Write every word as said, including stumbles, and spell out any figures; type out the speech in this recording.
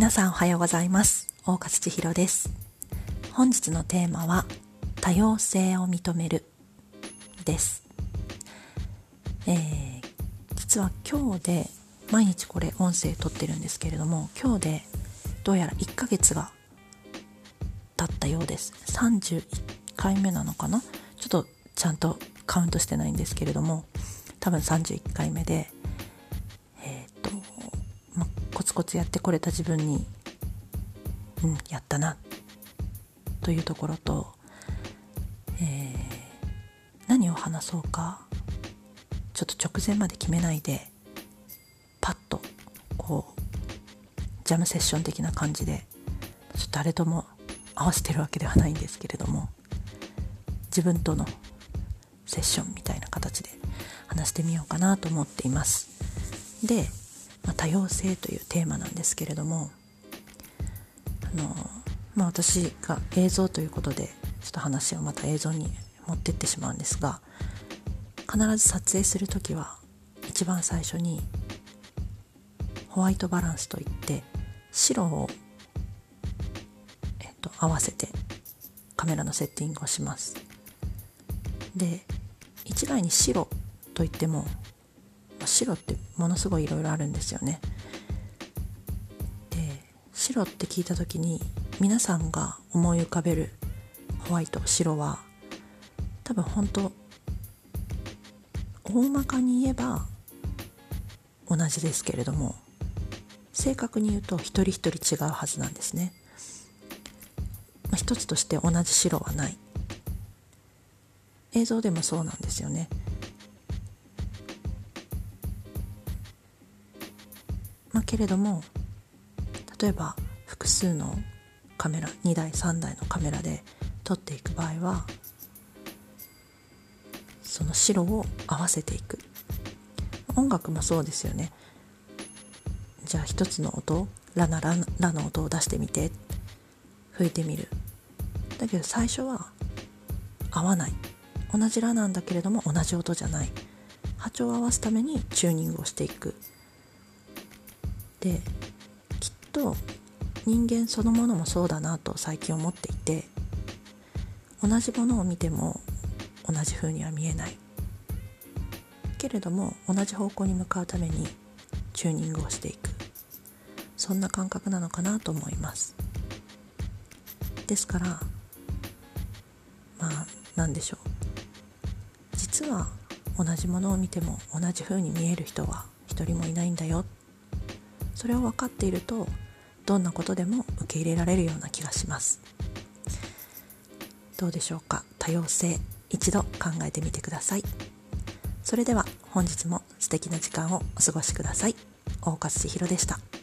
皆さんおはようございます。大勝千尋です。本日のテーマは多様性を認めるです。えー、実は今日で毎日これ音声撮ってるんですけれども、今日でどうやらいっかげつが経ったようです。さんじゅういっかいめなのかな、ちょっとちゃんとカウントしてないんですけれども、多分さんじゅういっかいめでえっと、ま、コツコツやってこれた自分にうんやったなというところと、えー、何を話そうかちょっと直前まで決めないでパッとこうジャムセッション的な感じで、ちょっと誰とも合わせてるわけではないんですけれども、自分とのセッションみたいな形で話してみようかなと思っています。で、まあ、多様性というテーマなんですけれども、あの、まあ、私が映像ということでちょっと話をまた映像に持ってってしまうんですが、必ず撮影するときは一番最初にホワイトバランスといって白を、えっと、合わせてカメラのセッティングをします。で、一概に白といっても白ってものすごいいろいろあるんですよね。で、白って聞いた時に皆さんが思い浮かべるホワイト、白は多分本当大まかに言えば同じですけれども、正確に言うと一人一人違うはずなんですね。まあ、一つとして同じ白はない。映像でもそうなんですよね。まあ、けれども例えば複数のカメラにだいさんだいのカメラで撮っていく場合は、その白を合わせていく。音楽もそうですよね。じゃあ一つの音、ラなララの音を出してみて、吹いてみる。だけど最初は合わない、同じラなんだけれども同じ音じゃない、波長を合わすためにチューニングをしていく。で、きっと人間そのものもそうだなと最近思っていて、同じものを見ても同じ風には見えないけれども、同じ方向に向かうためにチューニングをしていく、そんな感覚なのかなと思います。ですからまあなんでしょう、実は同じものを見ても同じ風に見える人は一人もいないんだよ。それを分かっているとどんなことでも受け入れられるような気がします。どうでしょうか。多様性、一度考えてみてください。それでは本日も素敵な時間をお過ごしください。大勝千尋でした。